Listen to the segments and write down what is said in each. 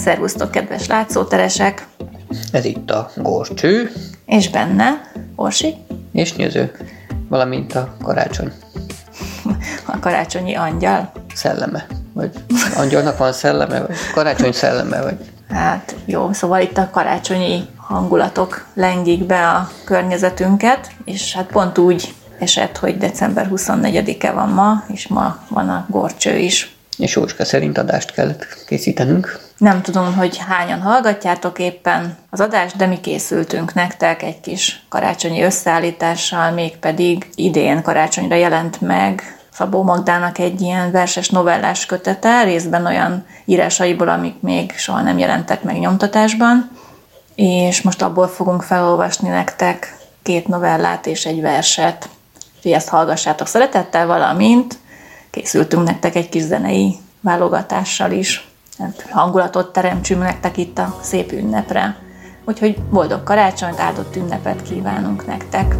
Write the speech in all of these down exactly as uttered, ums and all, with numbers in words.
Szervusztok, kedves látszóteresek! Ez itt a Górcső. És benne Orsi. És Nyöző. Valamint a karácsony. A karácsonyi angyal. Szelleme. Vagy angyalnak van szelleme, vagy karácsony szelleme, vagy... Hát jó, szóval itt a karácsonyi hangulatok lengik be a környezetünket, és hát pont úgy esett, hogy december huszonnegyedike van ma, és ma van a Górcső is. És Jócska szerint adást kellett készítenünk. Nem tudom, hogy hányan hallgatjátok éppen az adást, de mi készültünk nektek egy kis karácsonyi összeállítással, mégpedig idén karácsonyra jelent meg Szabó Magdának egy ilyen verses novellás kötete, részben olyan írásaiból, amik még soha nem jelentek meg nyomtatásban, és most abból fogunk felolvasni nektek két novellát és egy verset, hogy ezt hallgassátok szeretettel, valamint készültünk nektek egy kis zenei válogatással is. Hát hangulatot teremtsünk nektek itt a szép ünnepre. Úgyhogy boldog karácsonyt, áldott ünnepet kívánunk nektek!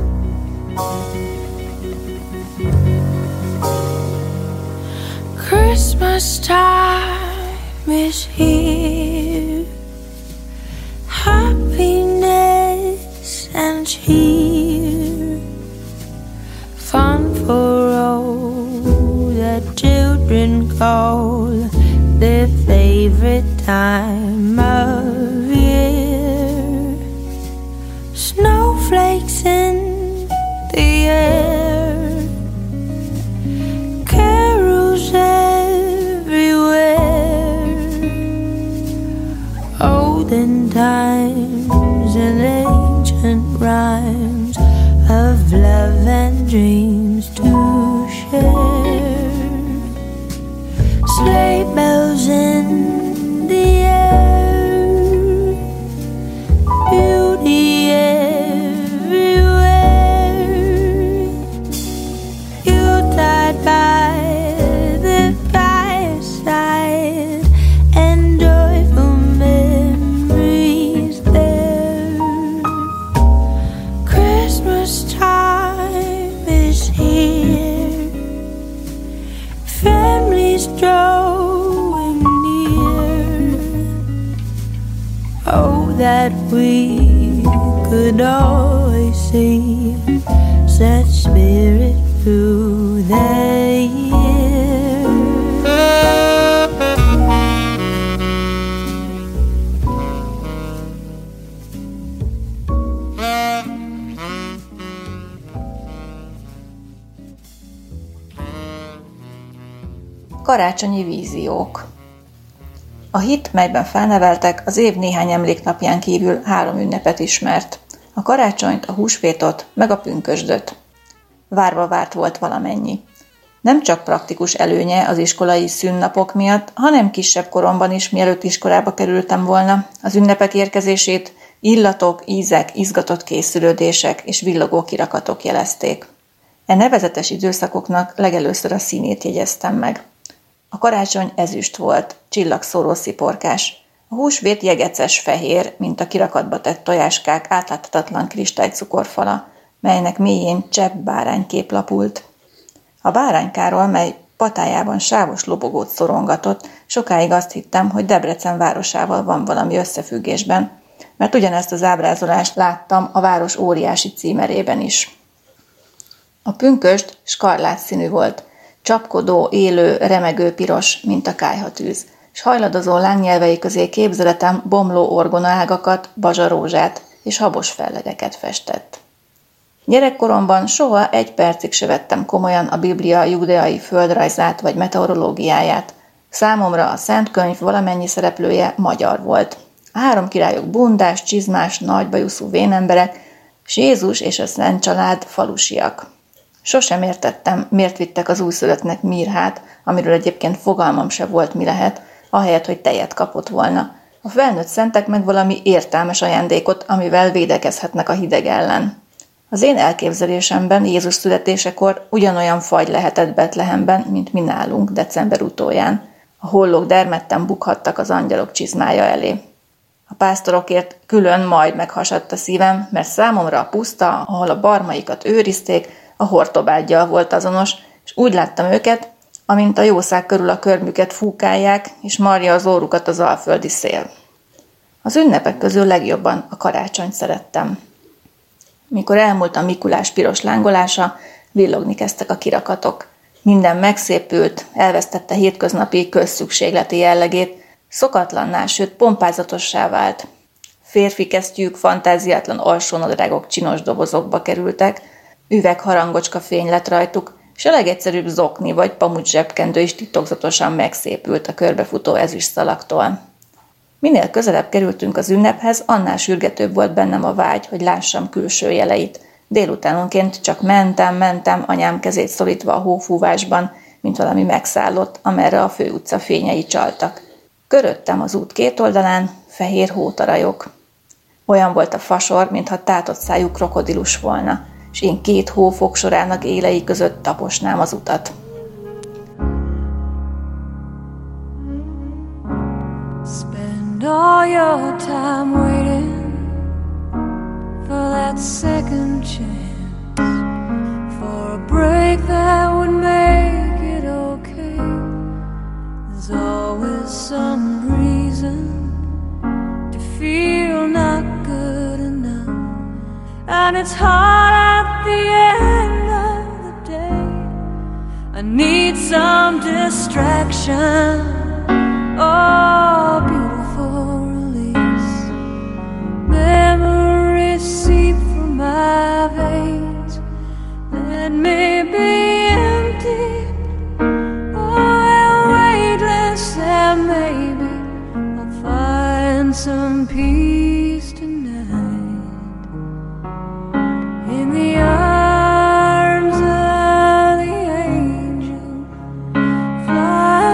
Christmas time is here, happiness and cheer, fun for all the children call their favorite time of year. Snowflakes in the air, carols everywhere, olden times and ancient rhymes of love and dreams to share. Sleigh bells in the air, beauty everywhere. Yuletide by the fireside and joyful memories there. Christmas time is here, families drawing near. Oh, that we could always see such spirit through the year. Karácsonyi víziók. A hit, melyben felneveltek, az év néhány emléknapján kívül három ünnepet ismert. A karácsonyt, a húsvétot, meg a pünkösdöt. Várva várt volt valamennyi. Nem csak praktikus előnye az iskolai szünnapok miatt, hanem kisebb koromban is, mielőtt iskolába kerültem volna, az ünnepek érkezését illatok, ízek, izgatott készülődések és villogó kirakatok jelezték. E nevezetes időszakoknak legelőször a színét jegyeztem meg. A karácsony ezüst volt, csillagszóró sziporkás. A húsvét jegeces fehér, mint a kirakatba tett tojáskák átláthatatlan kristálycukorfala, melynek mélyén csepp báránykép lapult. A báránykáról, mely patájában sávos lobogót szorongatott, sokáig azt hittem, hogy Debrecen városával van valami összefüggésben, mert ugyanezt az ábrázolást láttam a város óriási címerében is. A pünkösd skarlát színű volt, csapkodó, élő, remegő piros, mint a kályhatűz, s hajladozó lángnyelvei közé képzeletem bomló orgonaágakat, bazsarózsát és habos fellegeket festett. Gyerekkoromban soha egy percig se vettem komolyan a Biblia judeai földrajzát vagy meteorológiáját. Számomra a Szent Könyv valamennyi szereplője magyar volt. A három királyok bundás, csizmás, nagybajuszú vénemberek, s Jézus és a Szent Család falusiak. Sosem értettem, miért vittek az újszülöttnek mirhát, amiről egyébként fogalmam se volt, mi lehet, ahelyett, hogy tejet kapott volna. A felnőtt szentek meg valami értelmes ajándékot, amivel védekezhetnek a hideg ellen. Az én elképzelésemben Jézus születésekor ugyanolyan fagy lehetett Betlehemben, mint mi nálunk december utóján. A hollók dermedten bukhattak az angyalok csizmája elé. A pásztorokért külön majd meghasadt a szívem, mert számomra a puszta, ahol a barmaikat őrizték, a hortobággyal volt azonos, és úgy láttam őket, amint a jószág körül a körmüket fúkálják, és marja az órukat az alföldi szél. Az ünnepek közül legjobban a karácsonyt szerettem. Mikor elmúlt a Mikulás piros lángolása, villogni kezdtek a kirakatok. Minden megszépült, elvesztette hétköznapi közszükségleti jellegét, szokatlanná, sőt pompázatossá vált. Férfi kesztyűk, fantáziátlan alsónadrágok csinos dobozokba kerültek, üvegharangocska fény lett rajtuk, és a legegyszerűbb zokni vagy pamucs zsebkendő is titokzatosan megszépült a körbefutó ezüst szalagtól. Minél közelebb kerültünk az ünnephez, annál sürgetőbb volt bennem a vágy, hogy lássam külső jeleit. Délutánonként csak mentem, mentem, anyám kezét szorítva a hófúvásban, mint valami megszállott, amerre a főutca fényei csaltak. Köröttem az út két oldalán, fehér hótarajok. Olyan volt a fasor, mintha tátott szájú krokodilus volna, és én két hó fogsorának élei között taposnám az utat. Spend all your time waiting for that second chance, for a break that would make it okay. There's always some reason to feel not good enough, and it's hard at the end of the day. I need some distraction. Oh, beautiful release. Memories seep from my veins. Let me be empty. Oh, and weightless, and maybe I'll find some peace tonight in the arms of the angel. Fly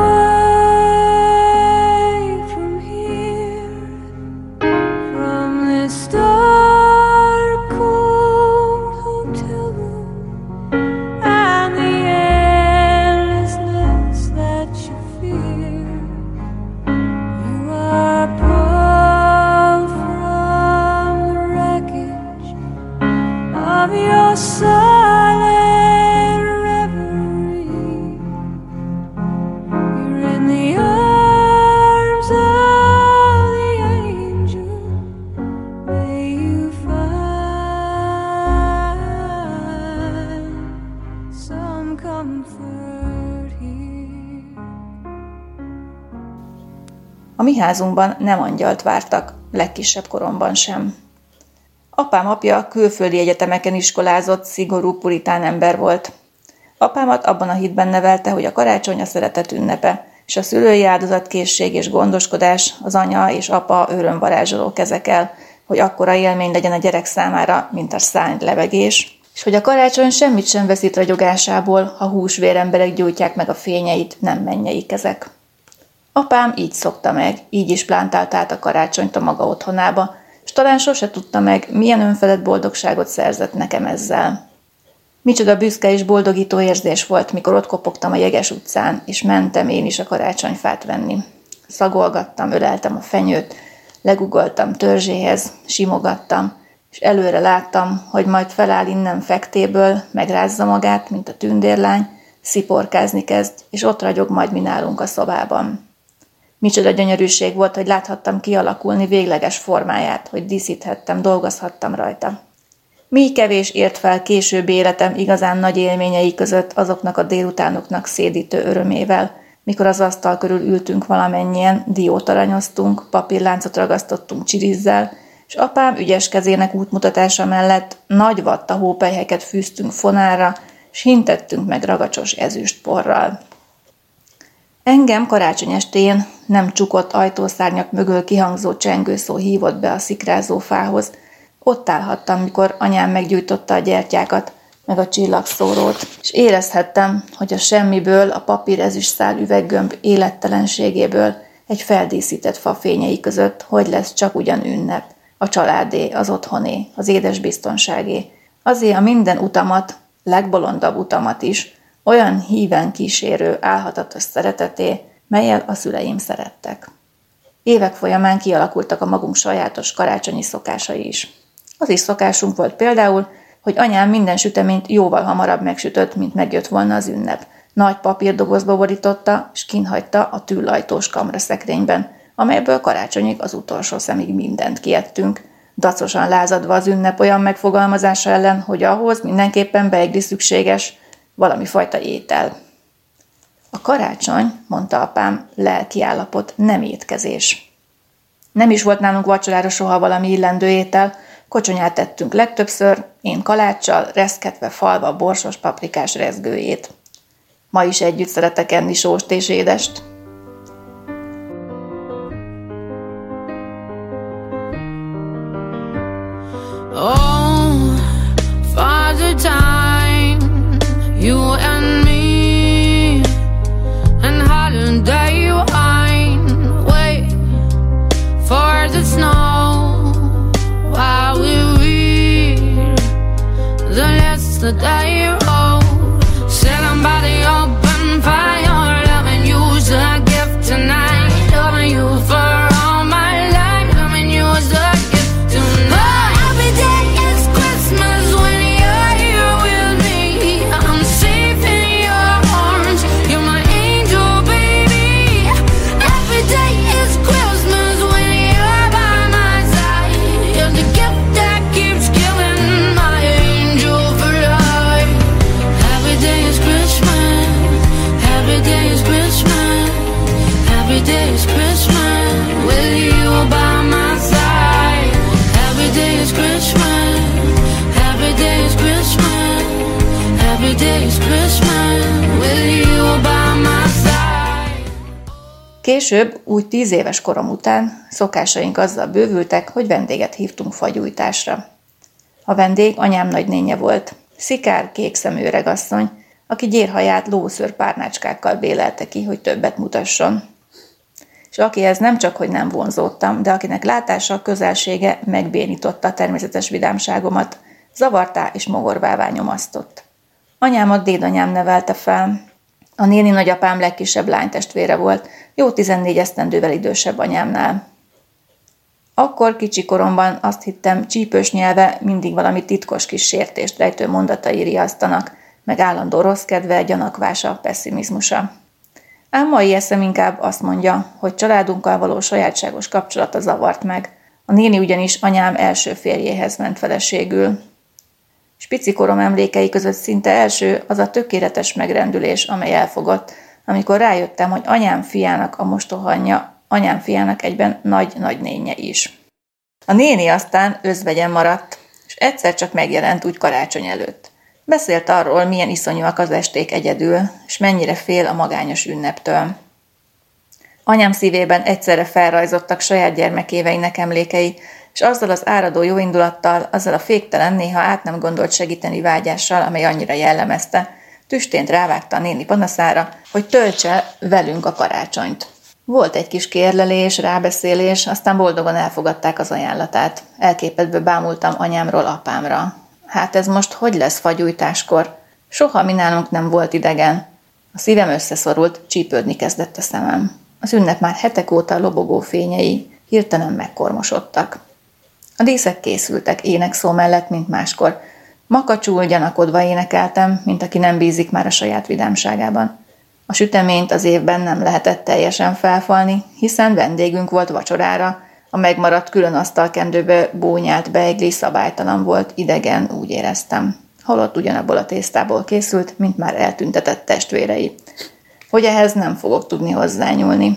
A mi házunkban nem angyalt vártak, legkisebb koromban sem. Apám apja külföldi egyetemeken iskolázott, szigorú puritán ember volt. Apámat abban a hitben nevelte, hogy a karácsony a szeretet ünnepe, és a szülői áldozatkészség és gondoskodás az anya és apa örömvarázsoló kezekkel, hogy akkora élmény legyen a gyerek számára, mint a szárny levegés, és hogy a karácsony semmit sem veszít ragyogásából, ha húsvér emberek gyújtják meg a fényeit, nem mennyei kezek. Apám így szokta meg, így is plántált át a karácsonyt a maga otthonába, és talán sose tudta meg, milyen önfelett boldogságot szerzett nekem ezzel. Micsoda büszke és boldogító érzés volt, mikor ott kopogtam a jeges utcán, és mentem én is a karácsonyfát venni. Szagolgattam, öleltem a fenyőt, legugoltam törzséhez, simogattam, és előre láttam, hogy majd feláll innen fektéből, megrázza magát, mint a tündérlány, sziporkázni kezd, és ott ragyog majd mi nálunk a szobában. Micsoda gyönyörűség volt, hogy láthattam kialakulni végleges formáját, hogy díszíthettem, dolgozhattam rajta. Mi kevés ért fel később életem igazán nagy élményei között azoknak a délutánoknak szédítő örömével, mikor az asztal körül ültünk valamennyien, diót aranyoztunk, papírláncot ragasztottunk csirizzel, és apám ügyes kezének útmutatása mellett nagy vatta hópelyheket fűztünk fonálra, s hintettünk meg ragacsos ezüstporral. Engem karácsony estén nem csukott ajtószárnyak mögül kihangzó csengőszó hívott be a szikrázó fához. Ott állhattam, mikor anyám meggyújtotta a gyertyákat, meg a csillagszórót, és érezhettem, hogy a semmiből, a papír ezüstszál üveggömb élettelenségéből egy feldíszített fa fényei között, hogy lesz csak ugyan ünnep, a családé, az otthoné, az édes biztonságé. Azért a minden utamat, legbolondabb utamat is, olyan híven kísérő, álhatatos szereteté, mellyel a szüleim szerettek. Évek folyamán kialakultak a magunk sajátos karácsonyi szokásai is. Az is szokásunk volt például, hogy anyám minden süteményt jóval hamarabb megsütött, mint megjött volna az ünnep. Nagy papírdobozba borította, és kinhagyta a tűlajtós kamraszekrényben, amelyből karácsonyig az utolsó szemig mindent kiettünk, dacosan lázadva az ünnep olyan megfogalmazása ellen, hogy ahhoz mindenképpen beigli szükséges valami fajta étel. A karácsony, mondta apám, lelkiállapot, nem étkezés. Nem is volt nálunk vacsorára soha valami illendő étel, kocsonyát tettünk legtöbbször, én kaláccsal, reszketve falva borsos paprikás rezgőjét. Ma is együtt szeretek enni sóst és édest. Oh, Father Time, you and me, and holiday wine, wait for the snow while we read the list that I wrote, sitting by the open fire, loving you's a gift tonight, loving you for all my life, loving you's a gift tonight. Később, úgy tíz éves korom után szokásaink azzal bővültek, hogy vendéget hívtunk fagyújtásra. A vendég anyám nagynénje volt, szikár, kékszemű öregasszony, aki gyérhaját lószőr párnácskákkal bélelte ki, hogy többet mutasson. És akihez nem csak, hogy nem vonzódtam, de akinek látása, közelsége megbénította a természetes vidámságomat, zavartá és mogorvává nyomasztott. Anyámat dédanyám nevelte fel. A néni nagyapám legkisebb lánytestvére volt, jó tizennégy esztendővel idősebb anyámnál. Akkor kicsi koromban azt hittem, csípős nyelve mindig valami titkos kis sértést rejtő mondatai riasztanak, meg állandó rossz kedve, gyanakvása, pessimizmusa. Ám mai eszem inkább azt mondja, hogy családunkkal való sajátságos kapcsolata zavart meg. A néni ugyanis anyám első férjéhez ment feleségül. S pici korom emlékei között szinte első az a tökéletes megrendülés, amely elfogott, amikor rájöttem, hogy anyám fiának a mostohanyja, anyám fiának egyben nagy-nagynénje is. A néni aztán özvegyen maradt, és egyszer csak megjelent úgy karácsony előtt. Beszélt arról, milyen iszonyúak az esték egyedül, és mennyire fél a magányos ünneptől. Anyám szívében egyszerre felrajzottak saját gyermekéveinek emlékei, és azzal az áradó jóindulattal, azzal a féktelen, néha át nem gondolt segíteni vágyással, amely annyira jellemezte, tüstént rávágta a néni panaszára, hogy töltse velünk a karácsonyt. Volt egy kis kérlelés, rábeszélés, aztán boldogan elfogadták az ajánlatát. Elképedve bámultam anyámról apámra. Hát ez most hogy lesz fagyújtáskor? Soha mi nálunk nem volt idegen. A szívem összeszorult, csípődni kezdett a szemem. Az ünnep már hetek óta lobogó fényei hirtelen megkormosodtak. A díszek készültek énekszó mellett, mint máskor. Makacsul, gyanakodva énekeltem, mint aki nem bízik már a saját vidámságában. A süteményt az évben nem lehetett teljesen felfalni, hiszen vendégünk volt vacsorára, a megmaradt külön asztalkendőbe bónyált beigli szabálytalan volt, idegen, úgy éreztem. Holott ugyanabból a tésztából készült, mint már eltüntetett testvérei. Hogy ehhez nem fogok tudni hozzányúlni.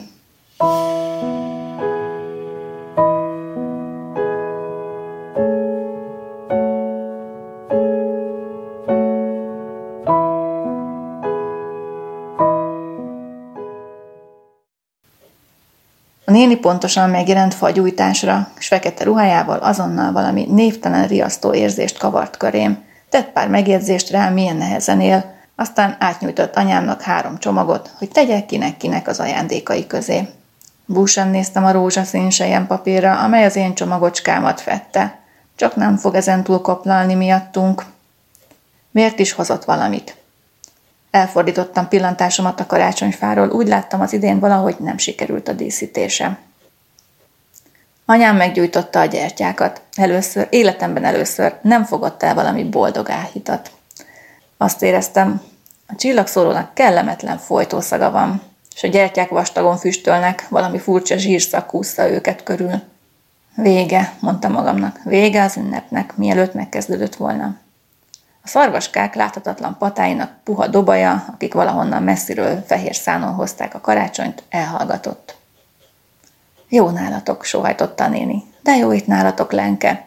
A néni pontosan megjelent fagyújtásra, s fekete ruhájával azonnal valami névtelen riasztó érzést kavart körém. Tett pár megjegyzést rá, milyen nehezen él, aztán átnyújtott anyámnak három csomagot, hogy tegyek kinek-kinek az ajándékai közé. Búsan néztem a rózsaszín selyempapírra, amely az én csomagocskámat fedte. Csak nem fog ezentúl koplalni miattunk. Miért is hozott valamit? Elfordítottam pillantásomat a karácsonyfáról, úgy láttam, az idén valahogy nem sikerült a díszítése. Anyám meggyújtotta a gyertyákat. Először, életemben először nem fogott el valami boldog áhítat. Azt éreztem, A csillagszórónak kellemetlen folytószaga van, és a gyertyák vastagon füstölnek, valami furcsa zsírszak húzta őket körül. Vége, mondta magamnak, vége az ünnepnek, mielőtt megkezdődött volna. A szarvaskák láthatatlan patáinak puha dobaja, akik valahonnan messziről fehér szánon hozták a karácsonyt, elhallgatott. Jó nálatok, sóhajtotta a néni, de jó itt nálatok, Lenke.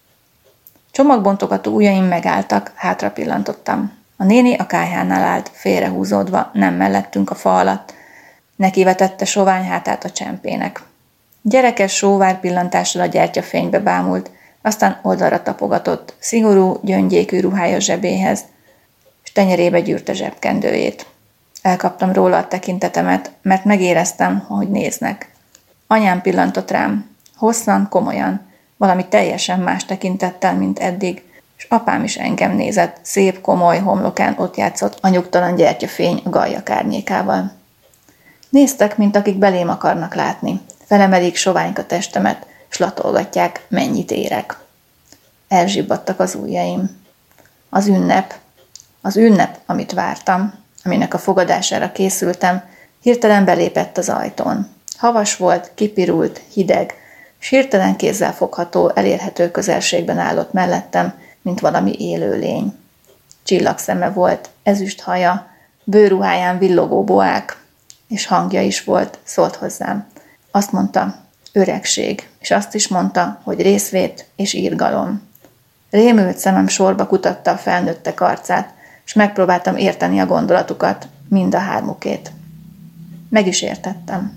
Csomagbontogató ujjaim megálltak, hátra pillantottam. A néni a kályhánál állt, félrehúzódva, nem mellettünk a fa alatt. Nekivetette sovány hátát a csempének. Gyerekes sóvár pillantással a gyertyafénybe bámult, aztán oldalra tapogatott, szigorú, gyöngyékű ruhája zsebéhez, és tenyerébe gyűrte zsebkendőjét. Elkaptam róla a tekintetemet, mert megéreztem, hogy néznek. Anyám pillantott rám, hosszan, komolyan, valami teljesen más tekintettel, mint eddig, és apám is engem nézett, szép, komoly homlokán ott játszott a nyugtalan gyertyafény a gallyak árnyékával. Néztek, mint akik belém akarnak látni. Felemelik soványka testemet, s latolgatják, mennyit érek. Elzsibbadtak az ujjaim. Az ünnep, az ünnep, amit vártam, aminek a fogadására készültem, hirtelen belépett az ajtón. Havas volt, kipirult, hideg, s hirtelen kézzel fogható, elérhető közelségben állott mellettem, mint valami élő lény. Csillagszeme volt, ezüst haja, bőruháján villogó boák, és hangja is volt, szólt hozzám. Azt mondta, öregség, és azt is mondta, hogy részvét és írgalom. Rémült szemem sorba kutatta a felnőttek arcát, és megpróbáltam érteni a gondolatukat, mind a hármukét. Meg is értettem.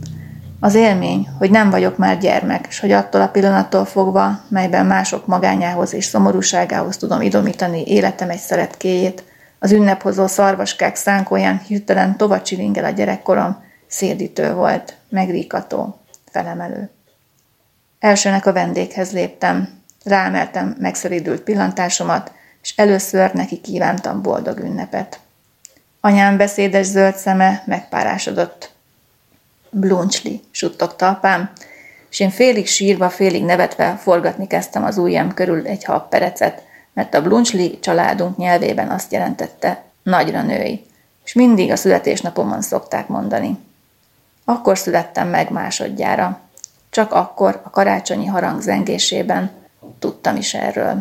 Az élmény, hogy nem vagyok már gyermek, s hogy attól a pillanattól fogva, melyben mások magányához és szomorúságához tudom idomítani életem egy szeretkéjét, az ünnephozó szarvaskák szánkóján hirtelen tova csilingel a gyerekkorom, szédítő volt, megríkató, felemelő. Elsőnek a vendéghez léptem, ráemeltem megszeridült pillantásomat, és először neki kívántam boldog ünnepet. Anyám beszédes zöld szeme megpárásodott. Bluncsli, suttogta apám, és én félig sírva, félig nevetve forgatni kezdtem az ujjam körül egy habperecet, mert a Bluncsli családunk nyelvében azt jelentette, nagyra női, és mindig a születésnapomon szokták mondani. Akkor születtem meg másodjára. Csak akkor a karácsonyi harang zengésében tudtam is erről.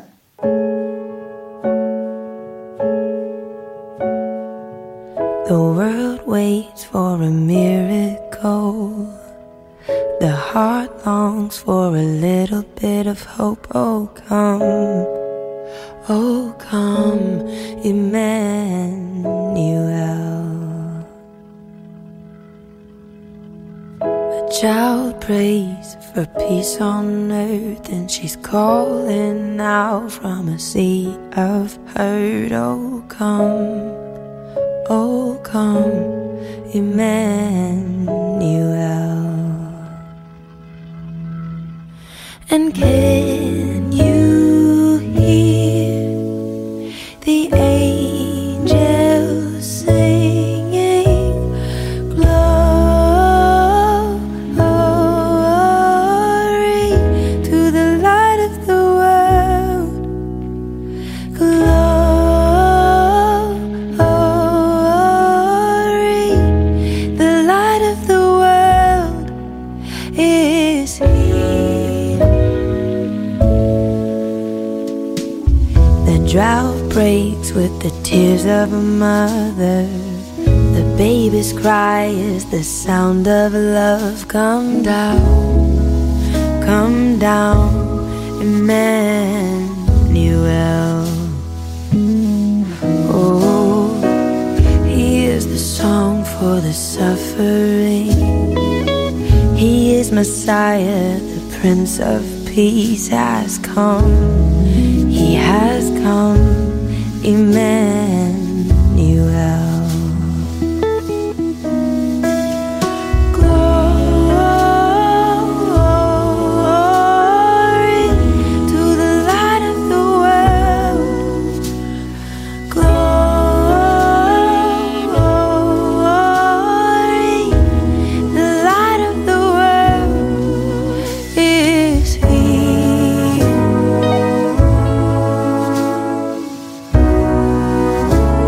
The world waits for a miracle. The heart longs for a little bit of hope. Oh, come, oh, come, Emmanuel. A child prays for peace on earth, and she's calling out from a sea of hurt. Oh, come, oh, come, Emmanuel. And can you hear the angels singing glory to the light of the world? Glory, the light of the world is here. The drought breaks with the tears of a mother. The baby's cry is the sound of love. Come down, come down, Emmanuel. Oh, he is the song for the suffering. He is Messiah, the Prince of Peace has come. He has come, Emmanuel. Glory to the light of the world. Glory, the light of the world is here.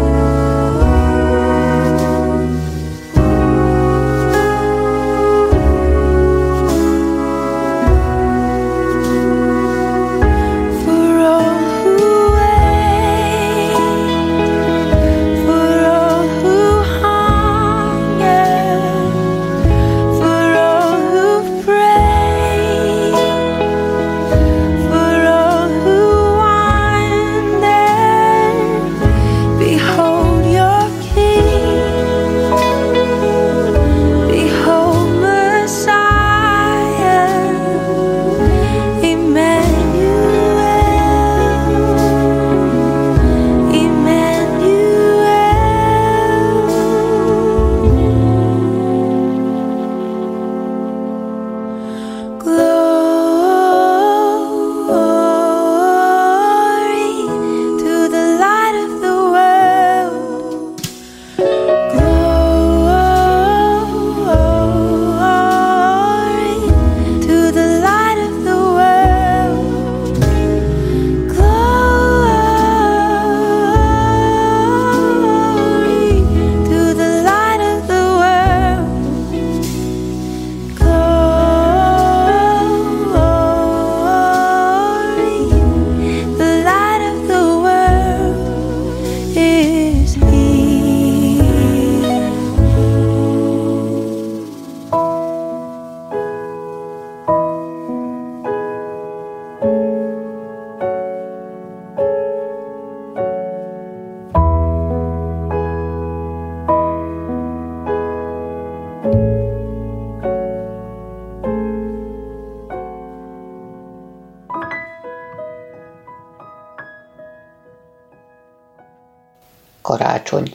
karácsony.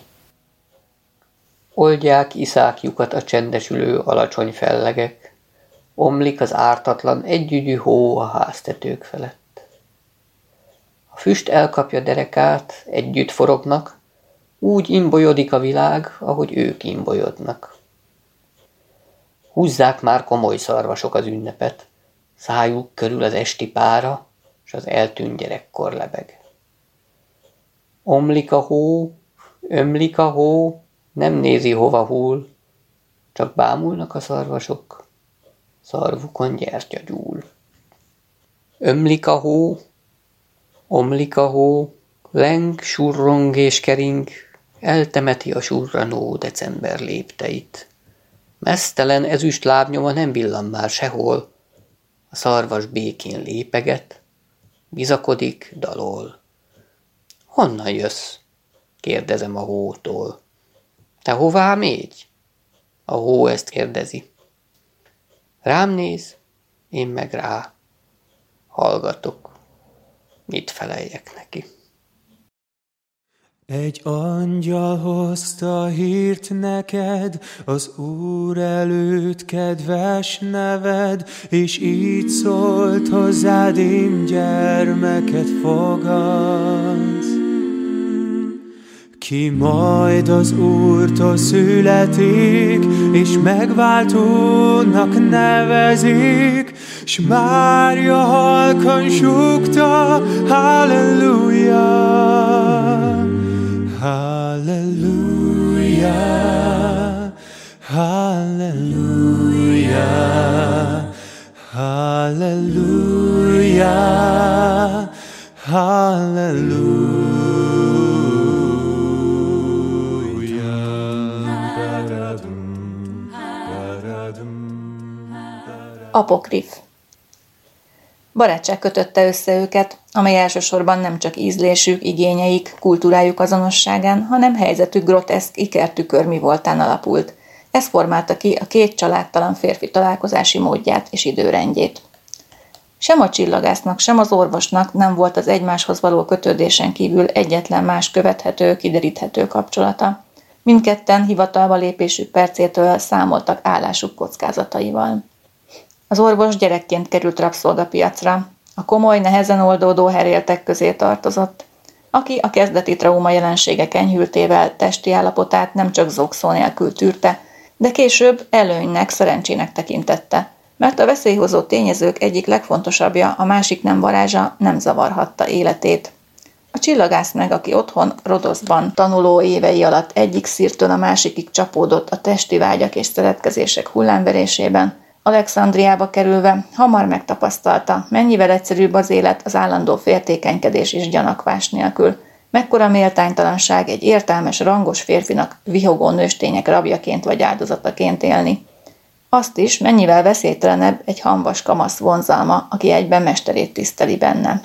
Oldják iszákjukat a csendesülő alacsony fellegek, omlik az ártatlan együgyű hó a háztetők felett. A füst elkapja derekát, együtt forognak, úgy imbolyodik a világ, ahogy ők imbolyodnak. Húzzák már komoly szarvasok az ünnepet, szájuk körül az esti pára, s az eltűnt gyerekkor lebeg. Omlik a hó, ömlik a hó, nem nézi hova hull, csak bámulnak a szarvasok, szarvukon gyertya gyúl. Ömlik a hó, omlik a hó, leng, surrong és kering, eltemeti a surranó december lépteit. Mesztelen ezüst lábnyoma nem villan már sehol, a szarvas békén lépeget, bizakodik, dalol. Honnan jössz? Kérdezem a hótól. Te hová mégy? A hó ezt kérdezi. Rám néz, én meg rá. Hallgatok, mit feleljek neki. Egy angyal hozta hírt neked, az Úr előtt kedves neved, és így szólt hozzád, én gyermeket fogadsz. Ki majd az Úrtól születik, és megváltónak nevezik, s Mária halkan súgta, halleluja, halleluja, halleluja, halleluja, halleluja. Apokrif. Barátság kötötte össze őket, amely elsősorban nem csak ízlésük, igényeik, kultúrájuk azonosságán, hanem helyzetük groteszk ikertükör mi voltán alapult. Ez formálta ki a két családtalan férfi találkozási módját és időrendjét. Sem a csillagásznak, sem az orvosnak nem volt az egymáshoz való kötődésen kívül egyetlen más követhető, kideríthető kapcsolata. Mindketten hivatalba lépésük percétől számoltak állásuk kockázataival. Az orvos gyerekként került rabszolgapiacra, a komoly, nehezen oldódó heréltek közé tartozott, aki a kezdeti trauma jelenségek enyhültével testi állapotát nem csak zokszó nélkül tűrte, de később előnynek, szerencsének tekintette, mert a veszélyhozó tényezők egyik legfontosabbja, a másik nem varázsa, nem zavarhatta életét. A csillagász meg, aki otthon Rodoszban tanuló évei alatt egyik szírtől a másikig csapódott a testi vágyak és szeretkezések hullámverésében, Alexandriába kerülve hamar megtapasztalta, mennyivel egyszerűbb az élet az állandó féltékenykedés és gyanakvás nélkül, mekkora méltánytalanság egy értelmes, rangos férfinak vihogó nőstények rabjaként vagy áldozataként élni. Azt is, mennyivel veszélytelenebb egy hamvas kamasz vonzalma, aki egyben mesterét tiszteli benne.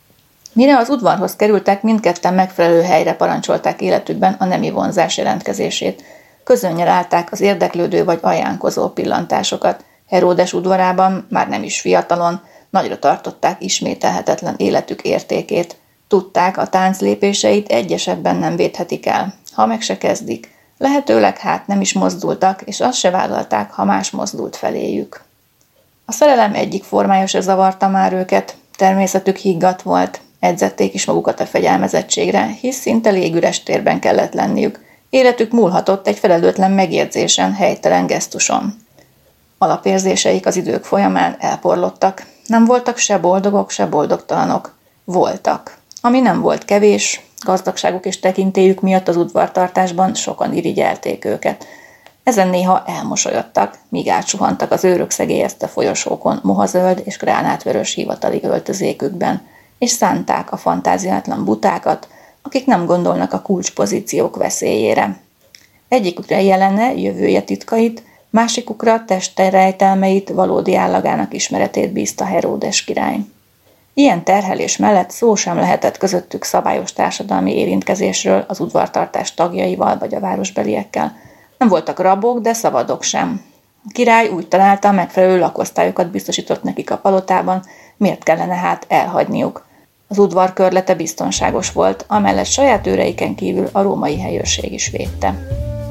Mire az udvarhoz kerültek, mindketten megfelelő helyre parancsolták életükben a nemi vonzás jelentkezését. Közönnyel állták az érdeklődő vagy ajánkozó pillantásokat. Heródes udvarában, már nem is fiatalon, nagyra tartották ismételhetetlen életük értékét. Tudták, a tánc lépéseit egyesebben nem védhetik el, ha meg se kezdik. Lehetőleg hát nem is mozdultak, és azt se vállalták, ha más mozdult feléjük. A szerelem egyik formája se zavarta már őket, természetük higgadt volt, edzették is magukat a fegyelmezettségre, hisz szinte légüres térben kellett lenniük. Életük múlhatott egy felelőtlen megérzésen, helytelen gesztuson. Alapérzéseik az idők folyamán elporlottak. Nem voltak se boldogok, se boldogtalanok. Voltak. Ami nem volt kevés, gazdagságuk és tekintélyük miatt az udvartartásban sokan irigyelték őket. Ezen néha elmosolyodtak, míg átsuhantak az őrök szegélyezte folyosókon mohazöld és gránátvörös hivatali öltözékükben, és szánták a fantáziátlan butákat, akik nem gondolnak a kulcspozíciók veszélyére. Egyikükre jelene jövője titkait, másikukra teste rejtelmeit, valódi állagának ismeretét bízta Heródes király. Ilyen terhelés mellett szó sem lehetett közöttük szabályos társadalmi érintkezésről az udvartartás tagjaival vagy a városbeliekkel. Nem voltak rabok, de szabadok sem. A király úgy találta, megfelelő lakosztályokat biztosított nekik a palotában, miért kellene hát elhagyniuk. Az udvar körlete biztonságos volt, amellett saját őreiken kívül a római helyőrség is védte.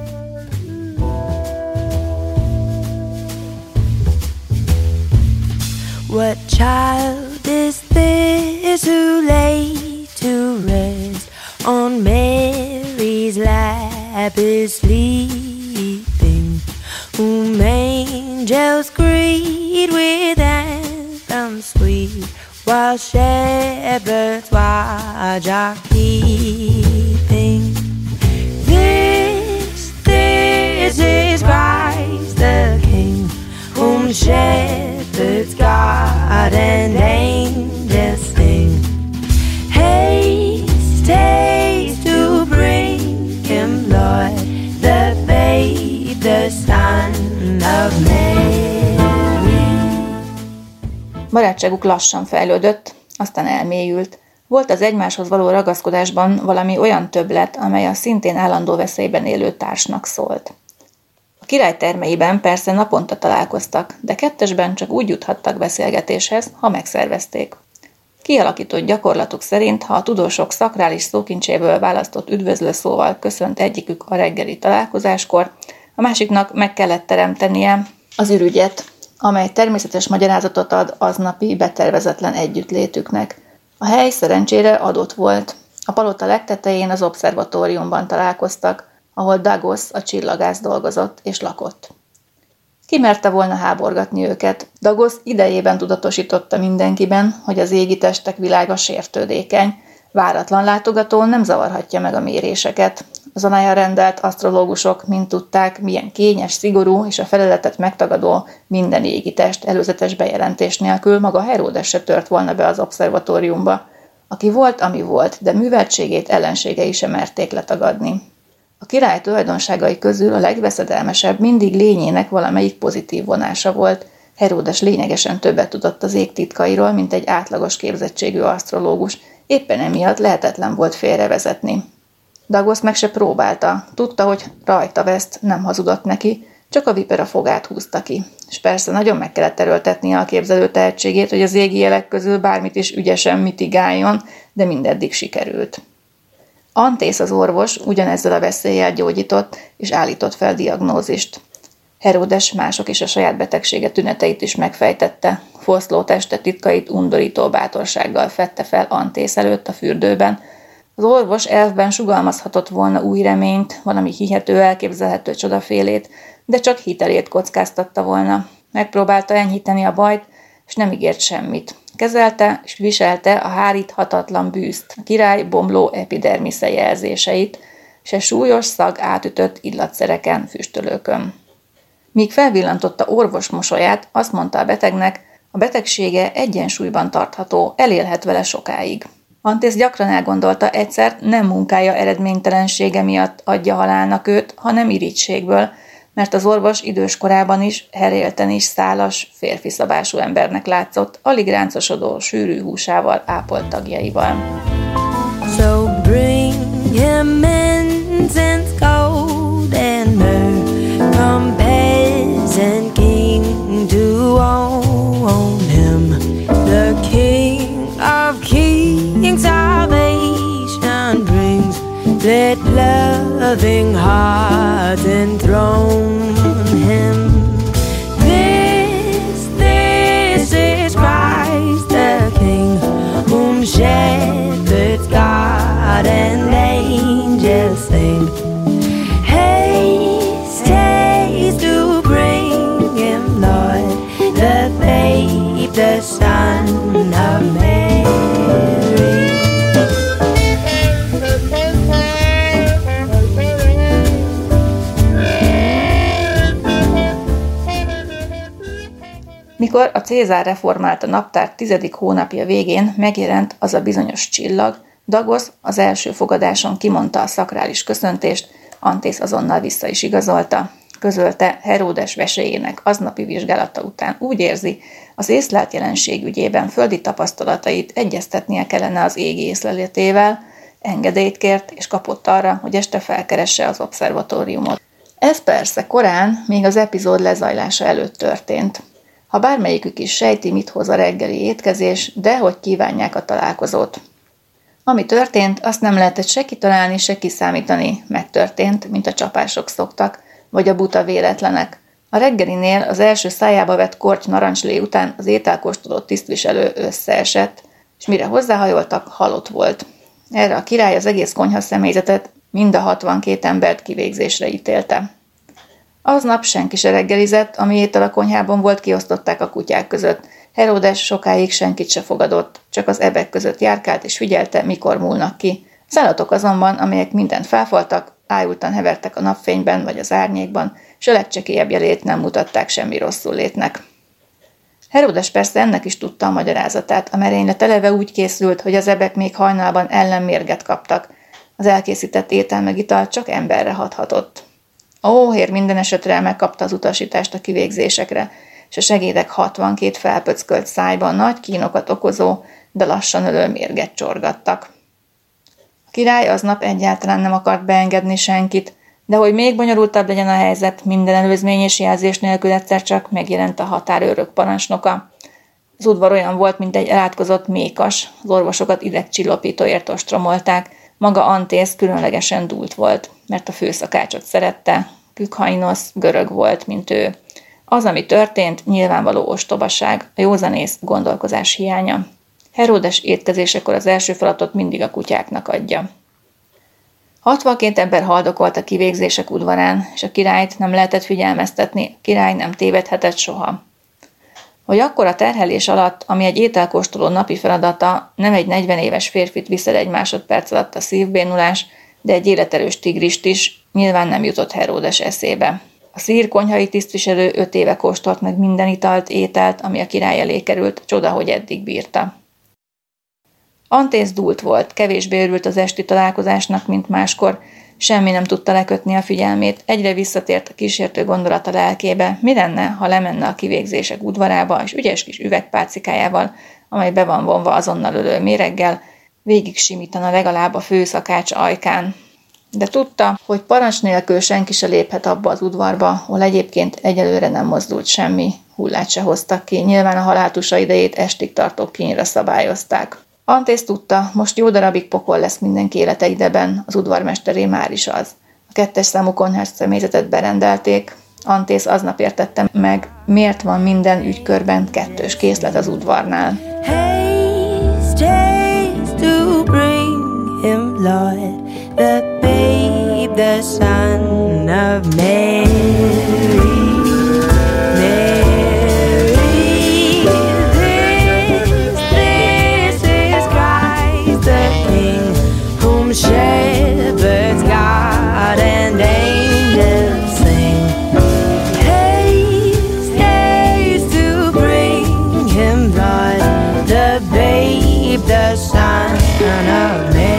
What child is this who lay to rest on Mary's lap is sleeping, whom angels greet with anthems sweet, while shepherds watch are keeping. This, this is Christ the King, whom shepherds guard and angels sing. Haste, haste to bring him, Lord, the babe, the Son of Mary. Barátságuk lassan fejlődött, aztán elmélyült. Volt az egymáshoz való ragaszkodásban valami olyan többlet, amely a szintén állandó veszélyben élő társnak szólt. A király termeiben persze naponta találkoztak, de kettesben csak úgy juthattak beszélgetéshez, ha megszervezték. Kialakított gyakorlatuk szerint, ha a tudósok szakrális szókincséből választott üdvözlőszóval köszönt egyikük a reggeli találkozáskor, a másiknak meg kellett teremtenie az ürügyet, amely természetes magyarázatot ad aznapi betervezetlen együttlétüknek. A hely szerencsére adott volt. A palota legtetején az obszervatóriumban találkoztak, ahol Dagos, a csillagász dolgozott és lakott. Ki merte volna háborgatni őket? Dagos idejében tudatosította mindenkiben, hogy az égi testek világa sértődékeny. Váratlan látogató nem zavarhatja meg a méréseket. Az anája rendelt asztrológusok mind tudták, milyen kényes, szigorú és a feleletet megtagadó minden égi test előzetes bejelentés nélkül maga Heródes se tört volna be az obszervatóriumba, aki volt, ami volt, de műveltségét ellenségei sem merték letagadni. A király tulajdonságai közül a legveszedelmesebb mindig lényének valamelyik pozitív vonása volt. Heródes lényegesen többet tudott az ég titkairól, mint egy átlagos képzettségű asztrológus, éppen emiatt lehetetlen volt félrevezetni. Dagos meg se próbálta, tudta, hogy rajta veszt, nem hazudott neki, csak a vipera fogát húzta ki. És persze nagyon meg kellett erőltetnie a képzelő tehetségét, hogy az égi jelek közül bármit is ügyesen mitigáljon, de mindeddig sikerült. Antész az orvos ugyanezzel a veszéllyel gyógyított, és állított fel diagnózist. Heródes mások is a saját betegsége tüneteit is megfejtette, foszló teste titkait undorító bátorsággal fedte fel Antész előtt a fürdőben. Az orvos elfben sugalmazhatott volna új reményt, valami hihető, elképzelhető csodafélét, de csak hitelét kockáztatta volna. Megpróbálta enyhíteni a bajt, és nem ígért semmit. Kezelte és viselte a háríthatatlan bűzt, a király bomló epidermisze jelzéseit, és a súlyos szag átütött illatszereken, füstölőkön. Míg felvillantotta orvos mosolyát, azt mondta a betegnek, a betegsége egyensúlyban tartható, elélhet vele sokáig. Antész gyakran elgondolta, egyszer nem munkája eredménytelensége miatt adja halálnak őt, hanem irigységből, mert az orvos idős korában is, herélten is szálas, férfi szabású embernek látszott, alig ráncosodó, sűrű húsával, ápolt tagjaival. So bring him incense, gold and myrrh, from peasant king to own him, the King of kings salvation brings. Let loving hearts enthrone him. This, this is Christ the King, whom shepherds guard and angels sing. Haste, haste to bring him, Lord, the babe, the Son of Mary. Mikor a Cézár reformálta naptár tizedik hónapja végén megjelent az a bizonyos csillag, Dagos az első fogadáson kimondta a szakrális köszöntést, Antész azonnal vissza is igazolta. Közölte, Heródes veséjének aznapi vizsgálata után úgy érzi, az észlelt jelenség ügyében földi tapasztalatait egyeztetnie kellene az égi észleletével, engedélyt kért és kapott arra, hogy este felkeresse az obszervatóriumot. Ez persze korán, még az epizód lezajlása előtt történt. Ha bármelyikük is sejti, mit hoz a reggeli étkezés, de hogy kívánják a találkozót. Ami történt, azt nem lehetett se kitalálni, se kiszámítani, megtörtént, mint a csapások szoktak, vagy a buta véletlenek. A reggelinél az első szájába vett korty narancslé után az ételkóstoló tisztviselő összeesett, és mire hozzáhajoltak, halott volt. Erre a király az egész konyha személyzetet, mind a hatvankét embert kivégzésre ítélte. Aznap senki se reggelizett, ami étel a konyhában volt, kiosztották a kutyák között. Heródes sokáig senkit se fogadott, csak az ebek között járkált és figyelte, mikor múlnak ki. Az állatok azonban, amelyek mindent felfaltak, ájultan hevertek a napfényben vagy az árnyékban, s a legcsekélyebb jelét nem mutatták semmi rosszul létnek. Heródes persze ennek is tudta a magyarázatát, a merénylet eleve úgy készült, hogy az ebek még hajnalban ellenmérget kaptak. Az elkészített étel meg ital csak emberre hathatott. A hóhér minden esetre megkapta az utasítást a kivégzésekre, és a segédek hatvankét felpöckölt szájban nagy kínokat okozó, de lassan ölő mérget csorgattak. A király aznap egyáltalán nem akart beengedni senkit, de hogy még bonyolultabb legyen a helyzet, minden előzmény és jelzés nélkül egyszer csak megjelent a határőrök parancsnoka. Az udvar olyan volt, mint egy elátkozott mékas, az orvosokat idegcsillapítóért ostromolták, maga Antész különlegesen dúlt volt, mert a főszakácsot szerette, Kükhajnosz görög volt, mint ő. Az, ami történt, nyilvánvaló ostobaság, a józanész gondolkozás hiánya. Heródes étkezésekor az első feladatot mindig a kutyáknak adja. hatvankét ember haldokolt a kivégzések udvarán, és a királyt nem lehetett figyelmeztetni, a király nem tévedhetett soha. Hogy akkora terhelés alatt, ami egy ételkóstoló napi feladata, nem egy negyven éves férfit viszed egy másodperc alatt a szívbénulás, de egy életerős tigrist is, nyilván nem jutott Heródes eszébe. A szír konyhai tisztviselő öt éve kóstolt meg minden italt, ételt, ami a király elé került, csoda, hogy eddig bírta. Antész dúlt volt, kevésbé örült az esti találkozásnak, mint máskor, semmi nem tudta lekötni a figyelmét, egyre visszatért a kísértő gondolata lelkébe, mi lenne, ha lemenne a kivégzések udvarába, és ügyes kis üvegpálcikájával, amely be van vonva azonnal ölő méreggel, végig simítana legalább a főszakács ajkán. De tudta, hogy parancs nélkül senki se léphet abba az udvarba, ahol egyébként egyelőre nem mozdult semmi, hullát se hoztak ki, nyilván a haláltusa idejét estig tartó kínra szabályozták. Antész tudta, most jó darabig pokol lesz mindenki élete ideben, az udvarmesteré már is az. A kettes számú konyhás személyzetet berendelték, Antész aznap értette meg, miért van minden ügykörben kettős készlet az udvarnál. To bring him blood, the babe, the son of Mary. Mary, this, this is Christ the King, whom shepherds guard and angels sing. Haste, haste to bring him blood, the babe, the son of Mary.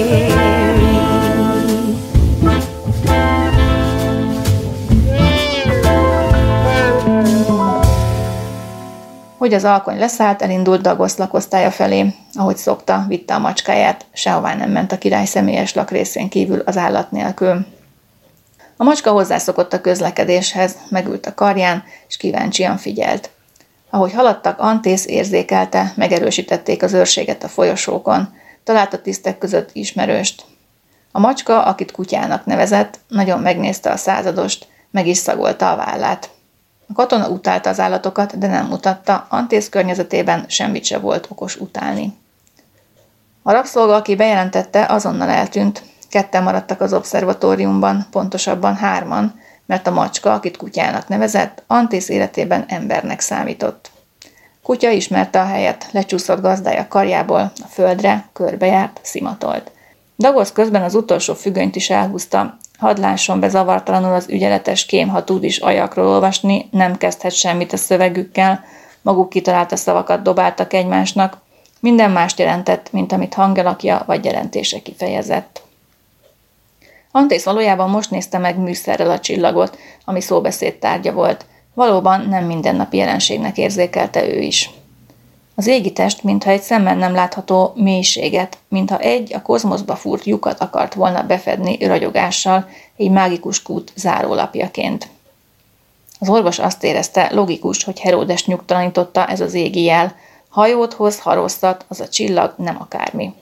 Hogy az alkony leszállt, elindult Dagosz lakosztálya felé. Ahogy szokta, vitte a macskáját, sehová nem ment a király személyes lakrészén kívül az állat nélkül. A macska hozzászokott a közlekedéshez, megült a karján, és kíváncsian figyelt. Ahogy haladtak, Antész érzékelte, megerősítették az őrséget a folyosókon, talált a tisztek között ismerőst. A macska, akit kutyának nevezett, nagyon megnézte a századost, meg is szagolta a vállát. A katona utálta az állatokat, de nem mutatta, Antész környezetében semmit se volt okos utálni. A rabszolga, aki bejelentette, azonnal eltűnt, ketten maradtak az obszervatóriumban, pontosabban hárman, mert a macska, akit kutyának nevezett, Antész életében embernek számított. Kutya ismerte a helyet, lecsúszott gazdája karjából, a földre, körbejárt, szimatolt. Dagosz közben az utolsó függönyt is elhúzta, hadd lásson be zavartalanul az ügyeletes kém, ha tud is ajakról olvasni, nem kezdhet semmit a szövegükkel, maguk kitalálta szavakat dobáltak egymásnak, minden mást jelentett, mint amit hangalakja vagy jelentése kifejezett. Antész valójában most nézte meg műszerrel a csillagot, ami szóbeszéd tárgya volt. Valóban nem mindennapi jelenségnek érzékelte ő is. Az égi test, mintha egy szemmel nem látható mélységet, mintha egy a kozmoszba fúrt lyukat akart volna befedni ragyogással, egy mágikus kút zárólapjaként. Az orvos azt érezte, logikus, hogy Heródest nyugtalanította ez az égi jel. Hajót hoz, harosztat, az a csillag nem akármi.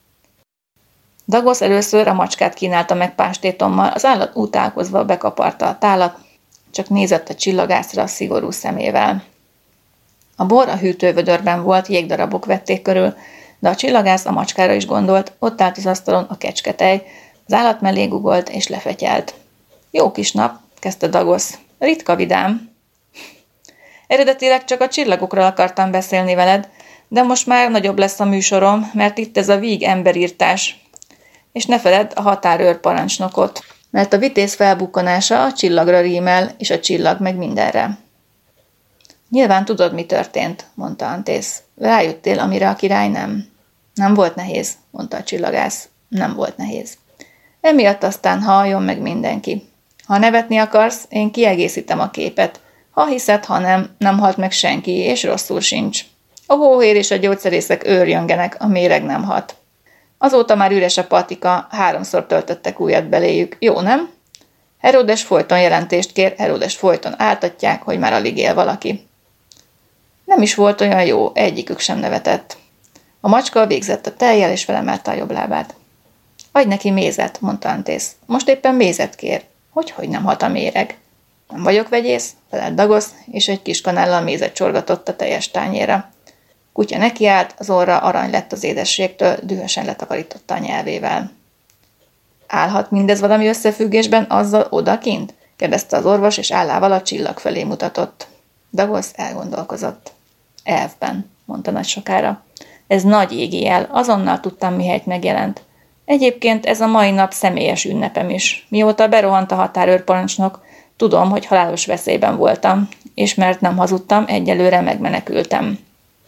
Dagosz először a macskát kínálta meg pástétommal, az állat utálkozva bekaparta a tálat, csak nézett a csillagászra a szigorú szemével. A bor a hűtővödörben volt, jégdarabok vették körül, de a csillagász a macskára is gondolt, ott állt az asztalon a kecsketej, az állat mellé gugolt és lefetyelt. Jó kis nap, kezdte Dagosz. Ritka vidám. Eredetileg csak a csillagokról akartam beszélni veled, de most már nagyobb lesz a műsorom, mert itt ez a víg emberírtás. És ne feledd a határőr parancsnokot, mert a vitéz felbukkanása a csillagra rímel, és a csillag meg mindenre. Nyilván tudod, mi történt, mondta Antész. Rájöttél, amire a király nem. Nem volt nehéz, mondta a csillagász. Nem volt nehéz. Emiatt aztán halljon meg mindenki. Ha nevetni akarsz, én kiegészítem a képet. Ha hiszed, ha nem, nem halt meg senki, és rosszul sincs. A hóhér és a gyógyszerészek őrjöngenek, a méreg nem hat. Azóta már üres a patika, háromszor töltöttek újat beléjük. Jó, nem? Heródes folyton jelentést kér, Heródes folyton áltatják, hogy már alig él valaki. Nem is volt olyan jó, egyikük sem nevetett. A macska végzett a tejjel, és felemelte a jobb lábát. Adj neki mézet, mondta Antész. Most éppen mézet kér. Hogyhogy nem hat a méreg? Nem vagyok vegyész, felelt Dagosz, és egy kis kanállal mézet csorgatott a teljes tányérra. Kutya nekiállt, az orra arany lett az édességtől, dühösen letakarította a nyelvével. Állhat mindez valami összefüggésben azzal odakint? Kérdezte az orvos, és állával a csillag felé mutatott. Dagosz elgondolkozott. Elfben, mondta nagy sokára. Ez nagy égi jel, azonnal tudtam, mihelyt megjelent. Egyébként ez a mai nap személyes ünnepem is. Mióta berohant a határőrparancsnok, tudom, hogy halálos veszélyben voltam, és mert nem hazudtam, egyelőre megmenekültem.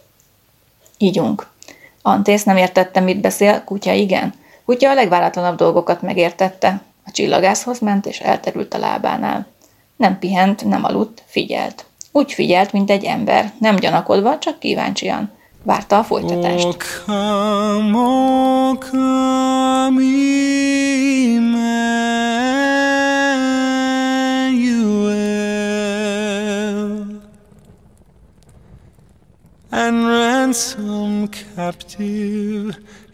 Ígyunk. Antész nem értette, mit beszél, Kutya igen. Kutya a legváratlanabb dolgokat megértette. A csillagászhoz ment, és elterült a lábánál. Nem pihent, nem aludt, figyelt. Úgy figyelt, mint egy ember, nem gyanakodva, csak kíváncsian. Várta a folytatást. O come, o come, Emmanuel, and ransom captive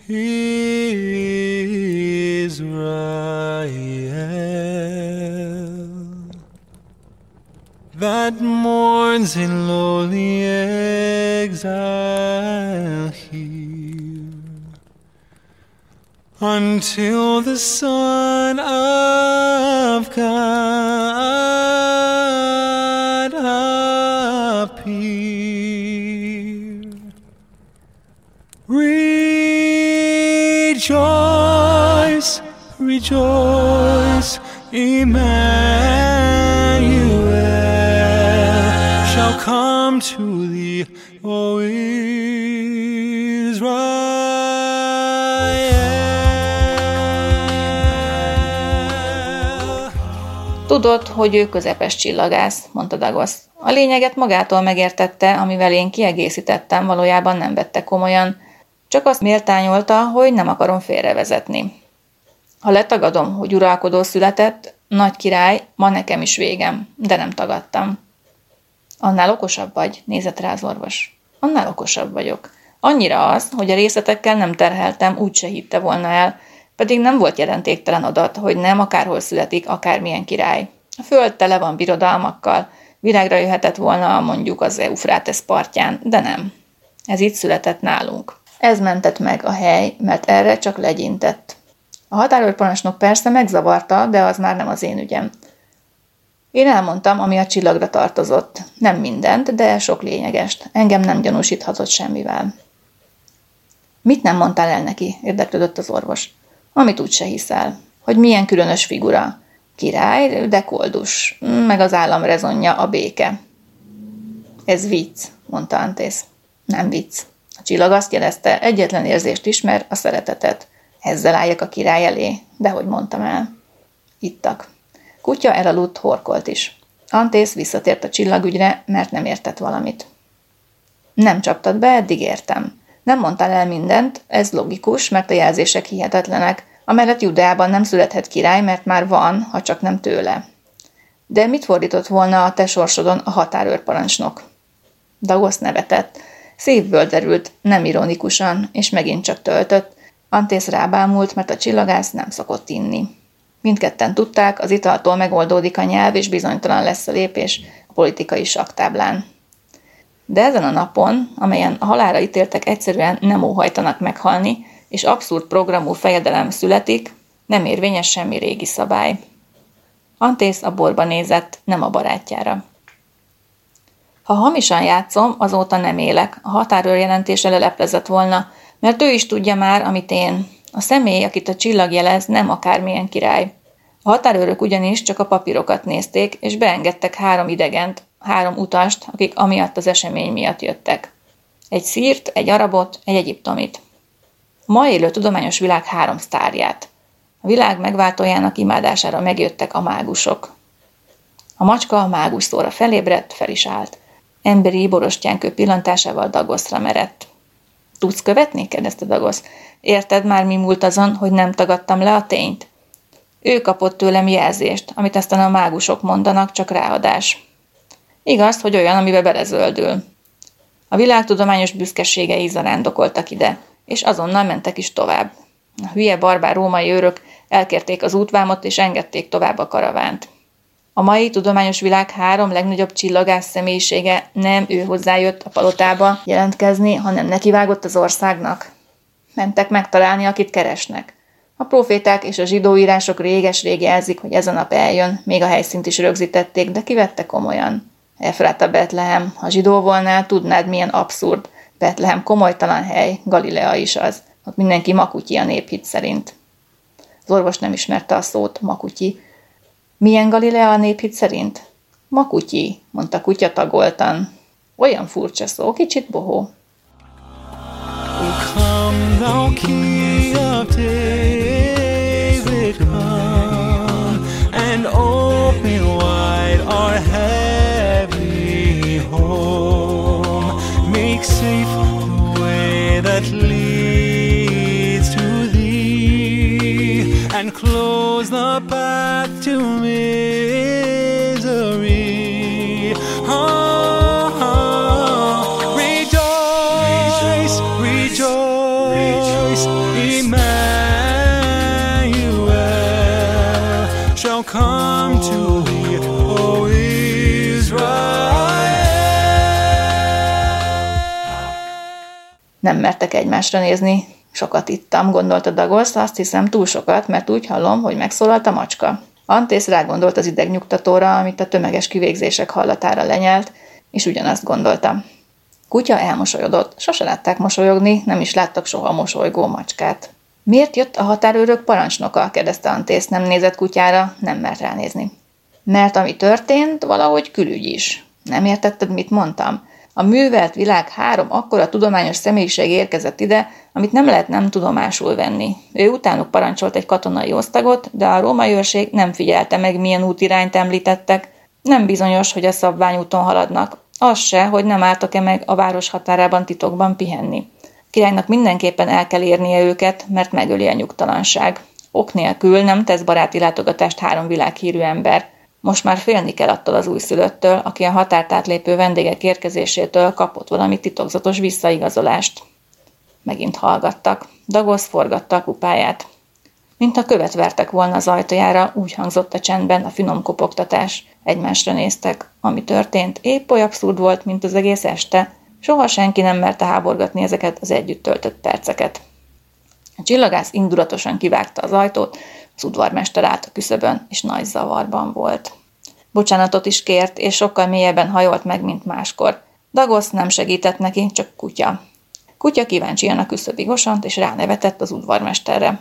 Israel, that mourns in lowly exile here, until the Son of God appear. Rejoice, rejoice, Emmanuel shall come to thee, O Israel. Tudod, hogy ő közepes csillagász, mondta Dagosz. A lényeget magától megértette, amivel én kiegészítettem, valójában nem vette komolyan, csak azt méltányolta, hogy nem akarom félrevezetni. Ha letagadom, hogy uralkodó született, nagy király, ma nekem is végem, de nem tagadtam. Annál okosabb vagy, nézett rá az orvos. Annál okosabb vagyok. Annyira az, hogy a részletekkel nem terheltem, úgyse hitte volna el, pedig nem volt jelentéktelen adat, hogy nem akárhol születik akármilyen király. A föld tele van birodalmakkal, virágra jöhetett volna mondjuk az Eufrátesz partján, de nem. Ez itt született nálunk. Ez mentett meg a hely, mert erre csak legyintett. A határőrparancsnok persze megzavarta, de az már nem az én ügyem. Én elmondtam, ami a csillagra tartozott. Nem mindent, de sok lényegest. Engem nem gyanúsíthatott semmivel. Mit nem mondtál el neki? Érdeklődött az orvos. Amit úgyse hiszel. Hogy milyen különös figura. Király, de koldus. Meg az állam rezonja, a béke. Ez vicc, mondta Antész. Nem vicc. A csillag azt jelezte, egyetlen érzést ismer, a szeretetet. Ezzel álljak a király elé, de hogy mondtam el. Ittak. Kutya elaludt, horkolt is. Antész visszatért a csillagügyre, mert nem értett valamit. Nem csaptad be, eddig értem. Nem mondtál el mindent, ez logikus, mert a jelzések hihetetlenek. Amellett Judeában nem születhet király, mert már van, ha csak nem tőle. De mit fordított volna a te sorsodon a határőrparancsnok? Dagos nevetett. Szívből derült, nem ironikusan, és megint csak töltött. Antész rábámult, mert a csillagász nem szokott inni. Mindketten tudták, az italtól megoldódik a nyelv, és bizonytalan lesz a lépés a politikai saktáblán. De ezen a napon, amelyen a halálra ítéltek egyszerűen nem óhajtanak meghalni, és abszurd programú fejedelem születik, nem érvényes semmi régi szabály. Antész a borba nézett, nem a barátjára. Ha hamisan játszom, azóta nem élek, a határőr jelentése leleplezett volna, mert ő is tudja már, amit én. A személy, akit a csillag jelez, nem akármilyen király. A határőrök ugyanis csak a papírokat nézték, és beengedtek három idegent, három utast, akik amiatt az esemény miatt jöttek. Egy szírt, egy arabot, egy egyiptomit. A ma élő tudományos világ három sztárját. A világ megváltójának imádására megjöttek a mágusok. A macska a mágus szóra felébredt, fel is állt. Emberi borostyánkő pillantásával Dagoszra merett. Tudsz követni? kérdezte Dagosz. Érted már, mi múlt azon, hogy nem tagadtam le a tényt? Ő kapott tőlem jelzést, amit aztán a mágusok mondanak, csak ráadás. Igaz, hogy olyan, amibe belezöldül. A világ tudományos büszkeségei zarándokoltak ide, és azonnal mentek is tovább. A hülye barbár római őrök elkérték az útvámot, és engedték tovább a karavánt. A mai tudományos világ három legnagyobb csillagász személyisége nem ő hozzájött a palotába jelentkezni, hanem nekivágott az országnak. Mentek megtalálni, akit keresnek. A proféták és a zsidóírások réges-rég jelzik, hogy ez a nap eljön, még a helyszínt is rögzítették, de ki vette komolyan? Efráta Betlehem, ha zsidó volnál, tudnád, milyen abszurd. Betlehem komolytalan hely, Galilea is az. Ott mindenki makutyi a néphit szerint. Az orvos nem ismerte a szót, makutyi. Milyen Galilea a néphit szerint? Makutyi, mondta kutya tagoltan. Olyan furcsa szó, kicsit bohó. Come, thou King of David, come and open wide our heavenly home. Make safe the way that leads to thee, and close the path to misery. Oh, oh. Rejoice, rejoice, Emmanuel shall come to thee, O Israel. Nem mertek egymásra nézni. Sokat ittam, gondolta Dagosz, azt hiszem túl sokat, mert úgy hallom, hogy megszólalt a macska. Antész rágondolt az idegnyugtatóra, amit a tömeges kivégzések hallatára lenyelt, és ugyanazt gondolta. Kutya elmosolyodott, sose látták mosolyogni, nem is láttak soha mosolygó macskát. Miért jött a határőrök parancsnoka? kérdezte Antész, nem nézett kutyára, nem mert ránézni. Mert ami történt, valahogy külügy is. Nem értetted, mit mondtam? A művelt világ három akkora tudományos személyiség érkezett ide, amit nem lehet nem tudomásul venni. Ő utánuk parancsolt egy katonai osztagot, de a római őrség nem figyelte meg, milyen útirányt említettek. Nem bizonyos, hogy a szabványúton haladnak. Az se, hogy nem álltak-e meg a város határában titokban pihenni. A királynak mindenképpen el kell érnie őket, mert megöli a nyugtalanság. Ok nélkül nem tesz baráti látogatást három világhírű ember. Most már félni kell attól az újszülöttől, aki a határt átlépő vendégek érkezésétől kapott valami titokzatos visszaigazolást. Megint hallgattak. Dagosz forgatta a kupáját. Mintha követ vertek volna az ajtajára, úgy hangzott a csendben a finom kopogtatás. Egymásra néztek. Ami történt, épp oly abszurd volt, mint az egész este. Soha senki nem merte háborgatni ezeket az együtt töltött perceket. A csillagász indulatosan kivágta az ajtót, az udvarmester állt a küszöbön, és nagy zavarban volt. Bocsánatot is kért, és sokkal mélyebben hajolt meg, mint máskor. Dagosz nem segített neki, csak kutya. Kutya kíváncsian a küszöbig osont, és ránevetett az udvarmesterre.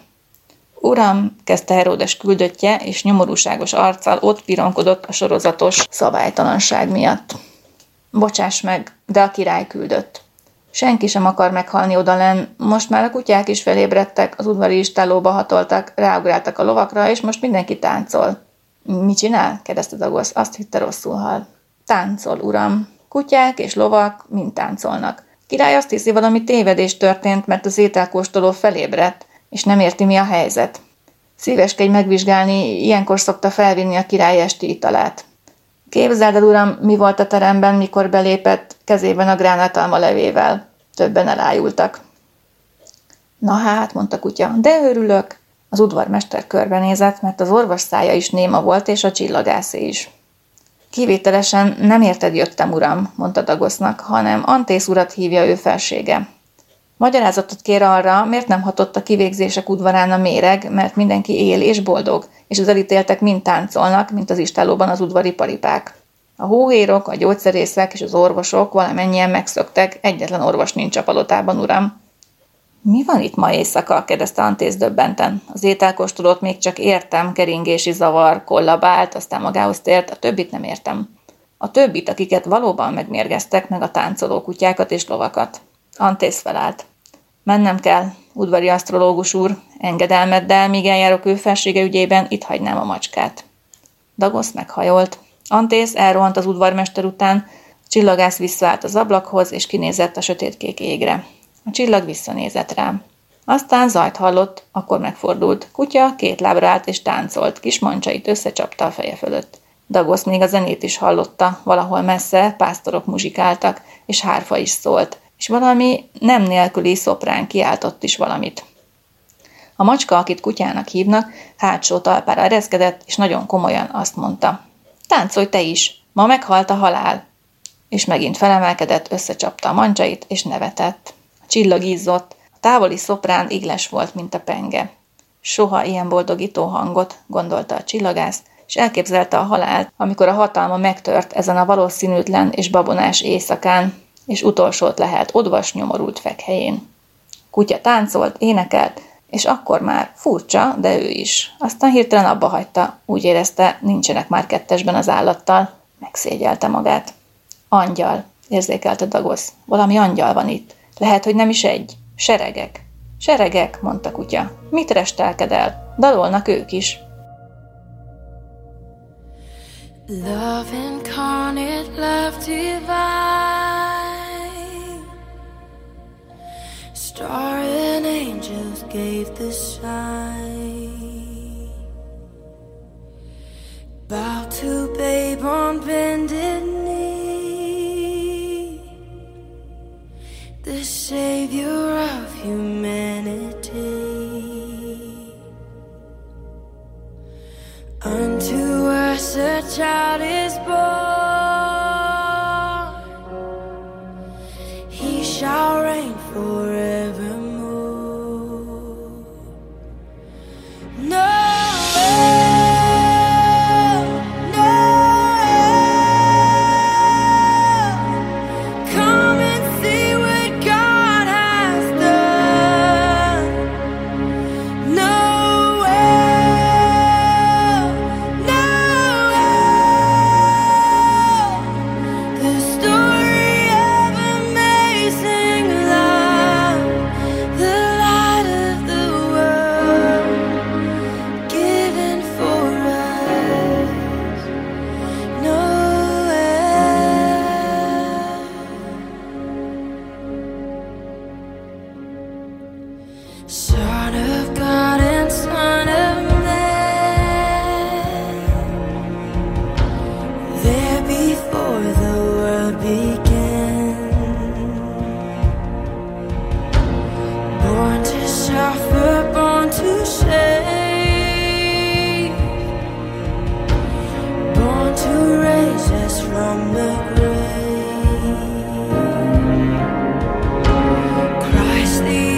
Uram, kezdte Heródes küldöttje, és nyomorúságos arccal ott pironkodott a sorozatos szabálytalanság miatt. Bocsáss meg, de a király küldött. Senki sem akar meghalni odalenn, most már a kutyák is felébredtek, az udvari istállóba hatoltak, ráugráltak a lovakra, és most mindenki táncol. Mit csinál? kérdezte Dagosz, azt hitte rosszul hall. Táncol, uram. Kutyák és lovak mind táncolnak. Király azt hiszi, valami tévedés történt, mert az ételkóstoló felébredt, és nem érti, mi a helyzet. Szíveskedj megvizsgálni, ilyenkor szokta felvinni a király esti italát. Képzeld el, uram, mi volt a teremben, mikor belépett, kezében a gránátalma levével. Többen elájultak. Na hát, mondta kutya, de örülök. Az udvarmester körbenézett, mert az orvos szája is néma volt, és a csillagászé is. Kivételesen nem érted jöttem, uram, mondta Dagosznak, hanem Antész urat hívja ő felsége. Magyarázatot kér arra, miért nem hatott a kivégzések udvarán a méreg, mert mindenki él és boldog, és az elítéltek mind táncolnak, mint az istállóban az udvari paripák. A hóhérok, a gyógyszerészek és az orvosok valamennyien megszöktek, egyetlen orvos nincs a palotában, uram. Mi van itt ma éjszaka? Kérdezte Antész döbbenten. Az ételkóstolót még csak értem, keringési zavar, kollabált, aztán magához tért, a többit nem értem. A többit, akiket valóban megmérgeztek, meg a táncoló kutyákat és lovakat. Antész felállt. Mennem kell, udvari asztrológus úr, engedelmeddel, míg eljárok ő felsége ügyében, itt hagynám a macskát. Dagosz meghajolt. Antész elrohant az udvarmester után, a csillagász visszaállt az ablakhoz, és kinézett a sötétkék égre. A csillag visszanézett rám. Aztán zajt hallott, akkor megfordult. Kutya két lábra állt és táncolt, kis mancsait összecsapta a feje fölött. Dagosz még a zenét is hallotta, valahol messze pásztorok muzsikáltak, és hárfa is szólt, és valami nem nélküli szoprán kiáltott is valamit. A macska, akit kutyának hívnak, hátsó talpára ereszkedett, és nagyon komolyan azt mondta. Táncolj te is, ma meghalt a halál. És megint felemelkedett, összecsapta a mancsait, és nevetett. A csillag izzott, a távoli szoprán igles volt, mint a penge. Soha ilyen boldogító hangot, gondolta a csillagász, és elképzelte a halált, amikor a hatalma megtört ezen a valószínűtlen és babonás éjszakán, és utolsót lehelt odvas nyomorult fekhelyén. Kutya táncolt, énekelt, és akkor már furcsa, de ő is. Aztán hirtelen abba hagyta, úgy érezte, nincsenek már kettesben az állattal, megszégyelte magát. Angyal, érzékelte Dagosz, valami angyal van itt. Lehet, hogy nem is egy. Seregek. Seregek, mondta kutya. Mit restelkedel? Dalolnak ők is. Love incarnate, love divine, star and angels gave the sign. Bow to babe on bended knee, the savior of humanity. Unto us a child is born, he shall reign forevermore. No, no, come and see what God has done. No. Son of God and Son of Man, there before the world began, born to suffer, born to save, born to raise us from the grave. Christ the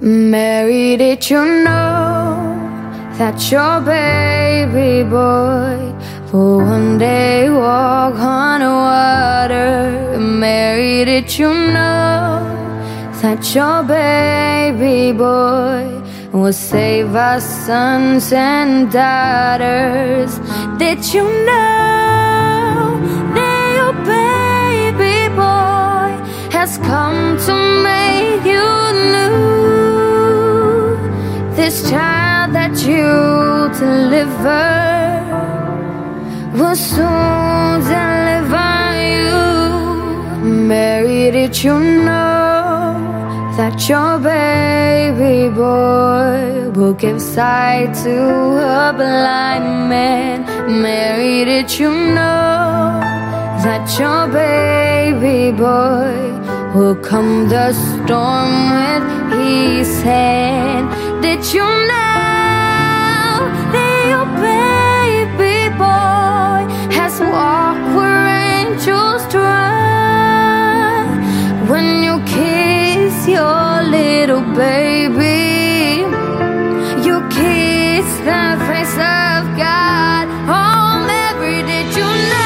Mary, did you know that your baby boy will one day walk on water? Mary, did you know that your baby boy will save our sons and daughters? Did you know that your baby boy has come to make you new? This child that you deliver will soon deliver you. Mary, did you know that your baby boy will give sight to a blind man? Mary, did you know that your baby boy will calm the storm with his hand? Did you know that your baby boy has walked where angels trod? When you kiss your little baby, you kiss the face of God. Oh, Mary, did you know?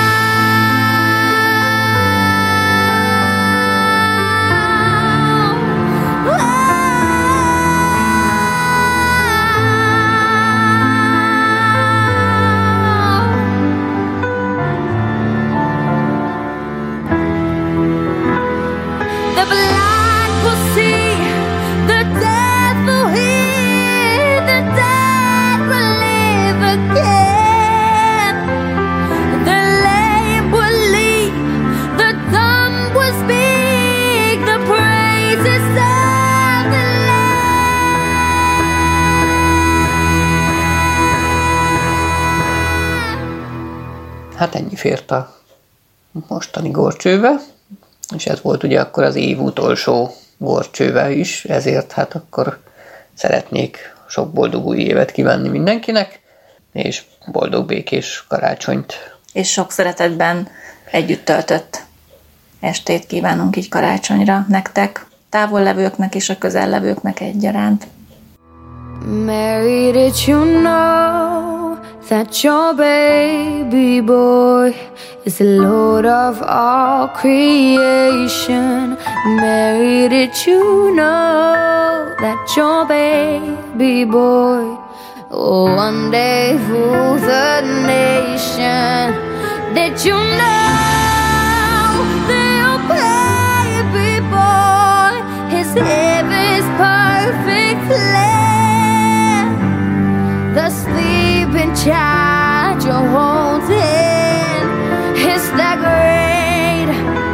Hát ennyi fért a mostani górcsőbe, és ez volt ugye akkor az év utolsó górcsőve is, ezért hát akkor szeretnék sok boldog új évet kívánni mindenkinek, és boldog békés karácsonyt. És sok szeretetben együtt töltött estét kívánunk így karácsonyra nektek, távollevőknek és a közellevőknek egyaránt. Mary, did you know that your baby boy is the Lord of all creation? Mary, did you know that your baby boy will one day rule the nation? Did you know that your baby boy is heaven's perfect lamb? The sleeping child you're holding is the great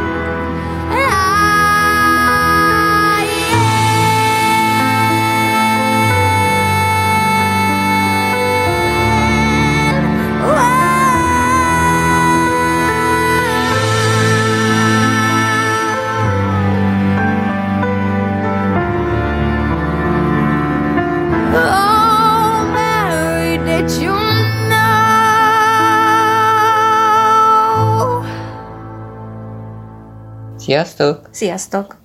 I am. Oh, Mary, did you Sziasztok! Sziasztok!